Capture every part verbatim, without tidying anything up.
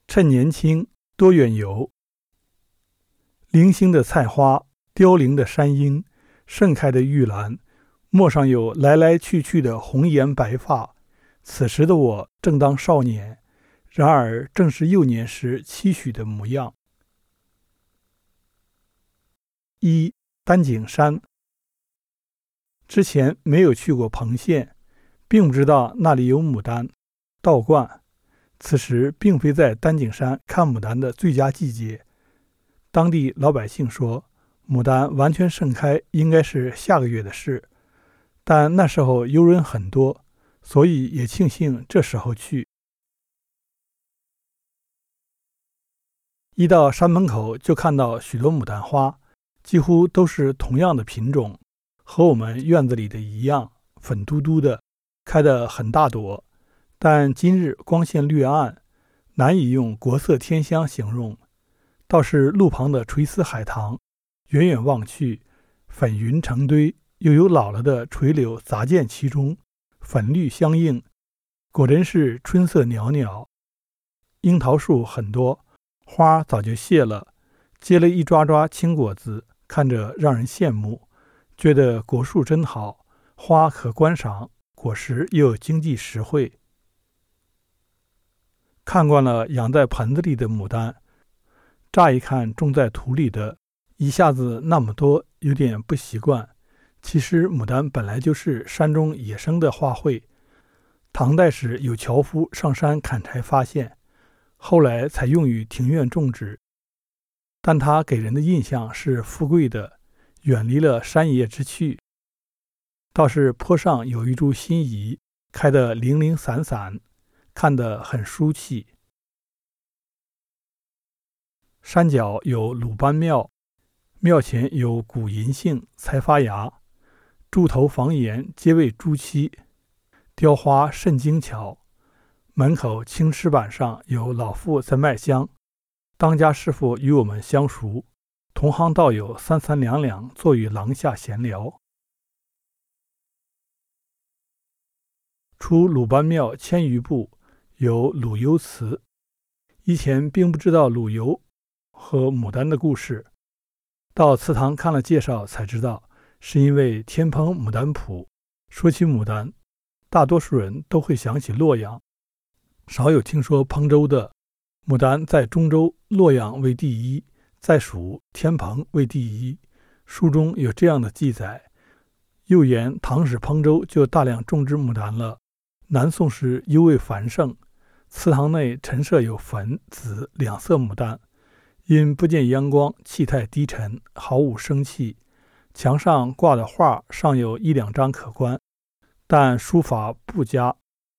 趁年轻多远游。零星的菜花，凋零的山樱，盛开的玉兰，陌上有来来去去的红颜白发。此时的我正当少年，然而正是幼年时期许的模样。一、丹景山。之前没有去过彭县，并不知道那里有牡丹、道观。此时并非在丹景山看牡丹的最佳季节。当地老百姓说，牡丹完全盛开应该是下个月的事，但那时候游人很多，所以也庆幸这时候去。一到山门口就看到许多牡丹花，几乎都是同样的品种，和我们院子里的一样，粉嘟嘟的，开得很大朵。但今日光线略暗，难以用国色天香形容。倒是路旁的垂丝海棠，远远望去，粉云成堆，又有老了的垂柳杂见其中，粉绿相映，果真是春色袅袅。樱桃树很多，花早就谢了，结了一抓抓青果子，看着让人羡慕，觉得果树真好，花可观赏，果实又经济实惠。看惯了养在盆子里的牡丹，乍一看种在土里的，一下子那么多，有点不习惯。其实牡丹本来就是山中野生的花卉，唐代时有樵夫上山砍柴发现，后来才用于庭院种植。但它给人的印象是富贵的，远离了山野之趣。倒是坡上有一株辛夷，开得零零散散，看得很舒气。山脚有鲁班庙，庙前有古银杏才发芽，柱头房檐皆为朱漆，雕花甚精巧。门口青石板上有老妇在卖香，当家师傅与我们相熟，同行道友三三两两坐于廊下闲聊。出鲁班庙千余步，有鲁幽祠。以前并不知道鲁幽和牡丹的故事，到祠堂看了介绍才知道，是因为天蓬牡丹谱。说起牡丹，大多数人都会想起洛阳，少有听说彭州的。牡丹在中州，洛阳为第一，在蜀天蓬为第一。书中有这样的记载，又言唐时彭州就大量种植牡丹了。南宋时尤为繁盛，祠堂内陈设有粉、紫两色牡丹，因不见阳光，气态低沉，毫无生气。墙上挂的画尚有一两张可观，但书法不佳。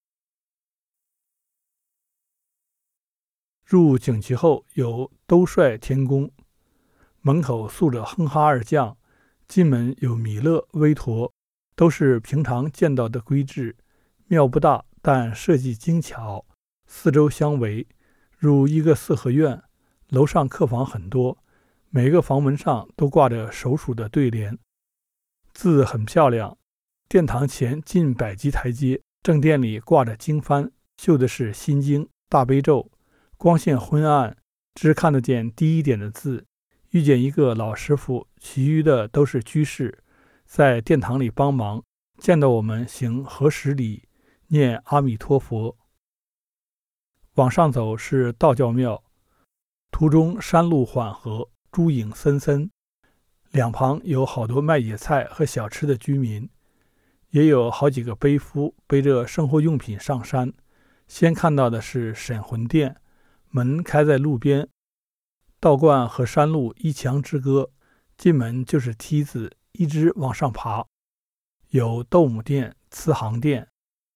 入景区后有兜率天宫，门口塑着哼哈二将，进门有弥勒、韦陀，都是平常见到的规制。庙不大，但设计精巧，四周相围，如一个四合院。楼上客房很多，每个房门上都挂着手书的对联，字很漂亮。殿堂前近百级台阶，正殿里挂着经幡，绣的是心经、大悲咒。光线昏暗，只看得见第一点的字。遇见一个老师傅，其余的都是居士，在殿堂里帮忙，见到我们行合十礼，念阿弥陀佛。往上走是道教庙，途中山路缓和，珠影森森，两旁有好多卖野菜和小吃的居民，也有好几个背夫背着生活用品上山。先看到的是神魂殿，门开在路边，道观和山路一墙之隔，进门就是梯子，一直往上爬。有斗母殿、慈航殿。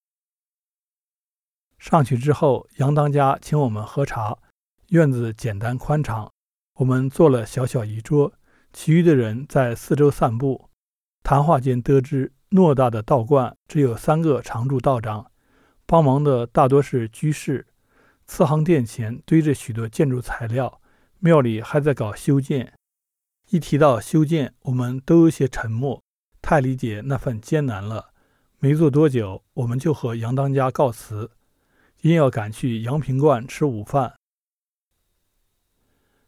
上去之后，杨当家请我们喝茶，院子简单宽敞，我们坐了小小一桌，其余的人在四周散步。谈话间得知，偌大的道观只有三个常驻道长，帮忙的大多是居士。慈航殿前堆着许多建筑材料，庙里还在搞修建。一提到修建，我们都有些沉默，太理解那份艰难了。没坐多久，我们就和杨当家告辞，因要赶去阳平观吃午饭。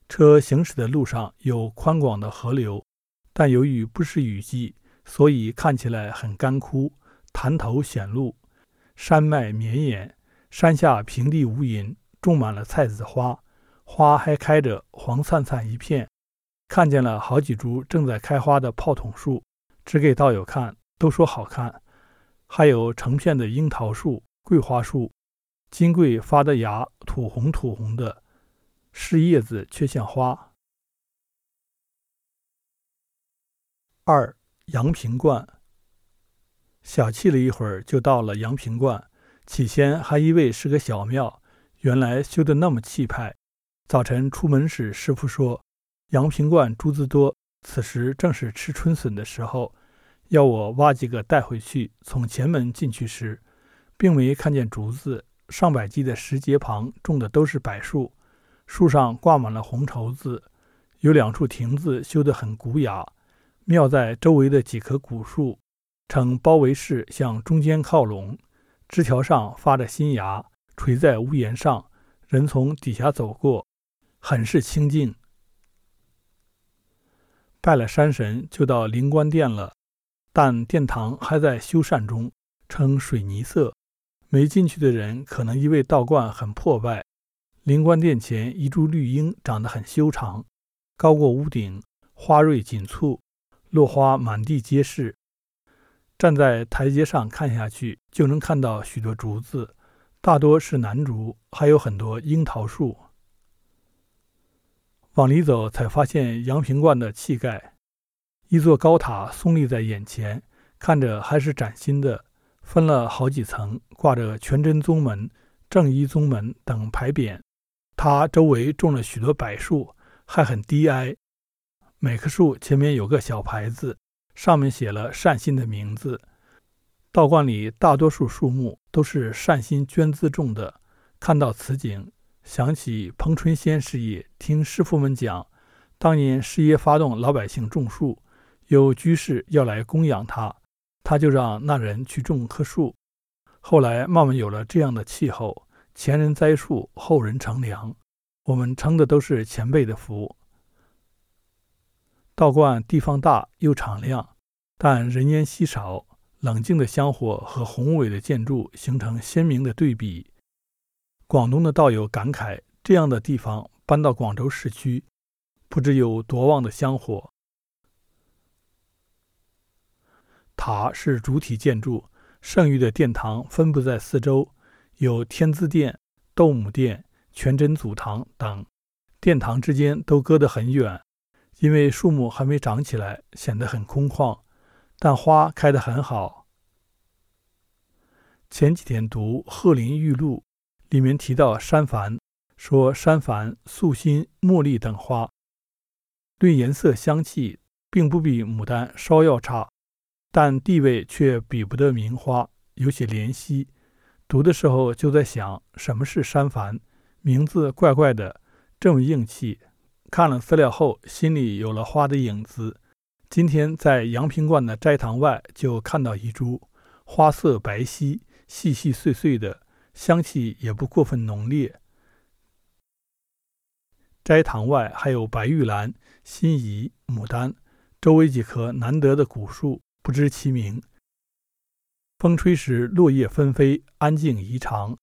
车行驶的路上有宽广的河流，但由于不是雨季，所以看起来很干枯，潭头显露，山脉绵延，山下平地无垠，种满了菜籽花，花还开着，黄灿灿一片。看见了好几株正在开花的泡桐树，指给道友看，都说好看。还有成片的樱桃树、桂花树，金桂发的芽土红土红的，是叶子却像花。二、阳平观。小憩了一会儿，就到了阳平观。起先还以为是个小庙，原来修得那么气派。早晨出门时，师傅说阳平观竹子多，此时正是吃春笋的时候，要我挖几个带回去。从前门进去时，并没看见竹子，上百基的石阶旁种的都是柏树，树上挂满了红绸子，有两处亭子修得很古雅。庙在周围的几棵古树呈包围式向中间靠拢，枝条上发着新芽，垂在屋檐上，人从底下走过，很是清静。拜了山神，就到灵官殿了，但殿堂还在修缮中，呈水泥色，没进去的人可能因为道观很破败。灵官殿前一株绿荫长得很修长，高过屋顶，花蕊紧簇，落花满地皆是。站在台阶上看下去，就能看到许多竹子，大多是楠竹，还有很多樱桃树。往里走，才发现阳平观的气概。一座高塔耸立在眼前，看着还是崭新的，分了好几层，挂着全真宗门、正一宗门等牌匾。它周围种了许多柏树，还很低矮，每棵树前面有个小牌子，上面写了善心的名字。道观里大多数树木都是善心捐资种的。看到此景，想起彭春仙师爷听师傅们讲，当年师爷发动老百姓种树，有居士要来供养他，他就让那人去种棵树。后来慢慢有了这样的气候，前人栽树，后人乘凉，我们称的都是前辈的福。道观地方大又敞亮，但人烟稀少，冷静的香火和宏伟的建筑形成鲜明的对比。广东的道友感慨，这样的地方搬到广州市区，不知有多旺的香火。塔是主体建筑，剩余的殿堂分布在四周，有天资殿、斗母殿、全真祖堂等，殿堂之间都隔得很远，因为树木还没长起来，显得很空旷，但花开得很好。前几天读《鹤林玉录》，里面提到山矾，说山矾、素心、茉莉等花，论颜色香气并不比牡丹稍要差，但地位却比不得名花，有些怜惜。读的时候就在想，什么是山矾？名字怪怪的，这么硬气。看了资料后，心里有了花的影子。今天在阳平观的斋堂外就看到一株，花色白皙，细细碎碎的，香气也不过分浓烈。斋堂外还有白玉兰、辛夷、牡丹，周围几棵难得的古树，不知其名。风吹时落叶纷飞，安静异常。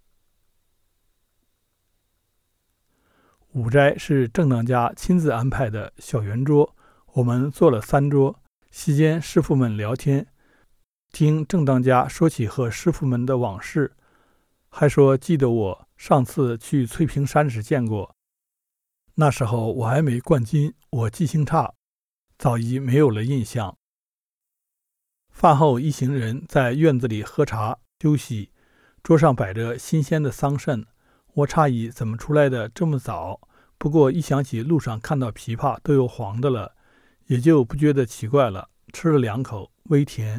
午斋是正当家亲自安排的小圆桌，我们坐了三桌，席间师傅们聊天，听正当家说起和师傅们的往事，还说记得我上次去翠屏山时见过，那时候我还没冠军，我记性差，早已没有了印象。饭后一行人在院子里喝茶休息，桌上摆着新鲜的桑葚，我诧异怎么出来的这么早，不过一想起路上看到枇杷都有黄的了，也就不觉得奇怪了，吃了两口微甜。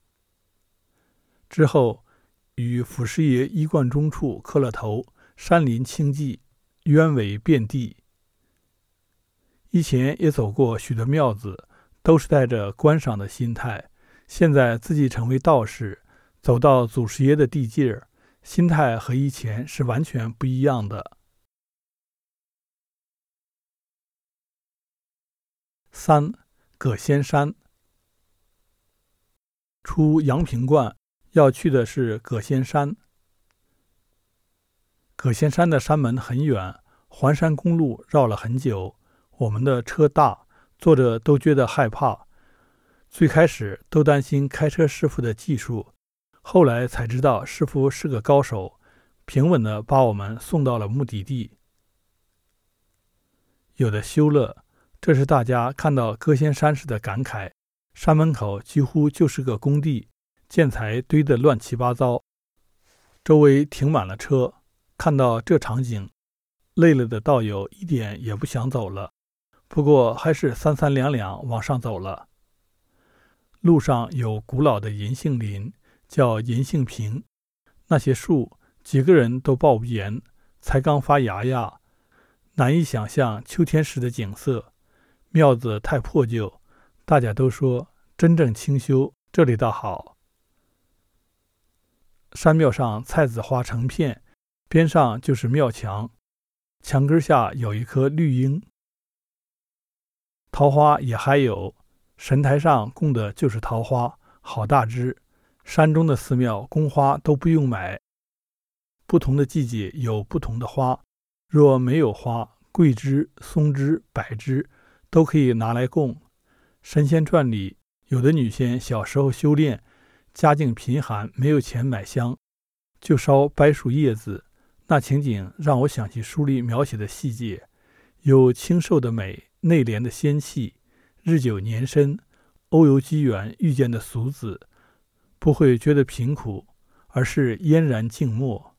之后与祖师爷衣冠中处磕了头，山林清寂，鸢尾遍地。以前也走过许多庙子，都是带着观赏的心态，现在自己成为道士，走到祖师爷的地界儿，心态和以前是完全不一样的。 三、葛仙山。出阳平观要去的是葛仙山。葛仙山的山门很远，环山公路绕了很久，我们的车大，坐着都觉得害怕。最开始都担心开车师傅的技术，后来才知道师傅是个高手，平稳地把我们送到了目的地。有的修了，这是大家看到葛仙山时的感慨。山门口几乎就是个工地，建材堆得乱七八糟，周围停满了车。看到这场景，累了的道友一点也不想走了，不过还是三三两两往上走了。路上有古老的银杏林，叫银杏坪，那些树几个人都抱不严，才刚发芽呀，难以想象秋天时的景色。庙子太破旧，大家都说真正清修，这里倒好。山庙上菜籽花成片，边上就是庙墙，墙根下有一棵绿樱。桃花也还有，神台上供的就是桃花，好大枝。山中的寺庙供花都不用买，不同的季节有不同的花，若没有花，桂枝、松枝、柏枝都可以拿来供。神仙传里，有的女仙小时候修炼，家境贫寒，没有钱买香，就烧柏树叶子。那情景让我想起书里描写的细节，有清瘦的美，内敛的仙气，日久年深，欧游机缘遇见的俗子，不会觉得贫苦，而是嫣然静默。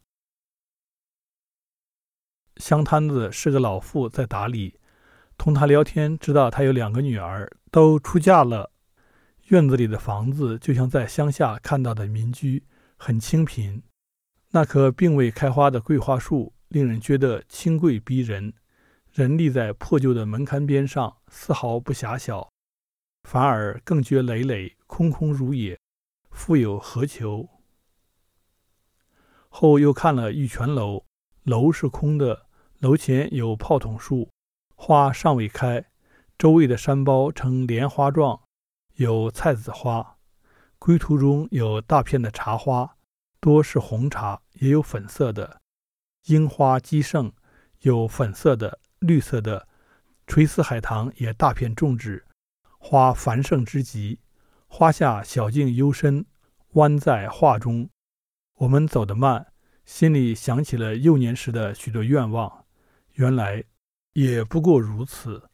香摊子是个老妇在打理，同他聊天知道他有两个女儿，都出嫁了。院子里的房子就像在乡下看到的民居，很清贫。那棵并未开花的桂花树令人觉得清贵逼人，人立在破旧的门槛边上，丝毫不狭小，反而更觉累累，空空如也，复有何求？后又看了玉泉楼，楼是空的，楼前有炮筒树，花尚未开，周围的山包呈莲花状，有菜籽花。归途中有大片的茶花，多是红茶，也有粉色的。樱花极盛，有粉色的、绿色的。垂丝海棠也大片种植，花繁盛之极。花下小径幽深，湾在画中。我们走得慢，心里想起了幼年时的许多愿望，原来也不过如此。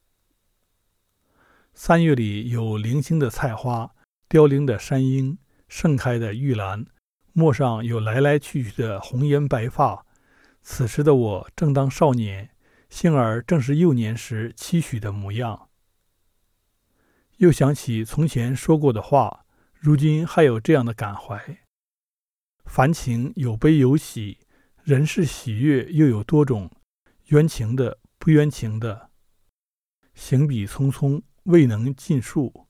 三月里有零星的菜花，凋零的山樱，盛开的玉兰，陌上有来来去去的红颜白发。此时的我正当少年，幸而正是幼年时期许的模样。又想起从前说过的话，如今还有这样的感怀。凡情有悲有喜，人世喜悦又有多种，冤情的、不冤情的。行笔匆匆，未能尽述。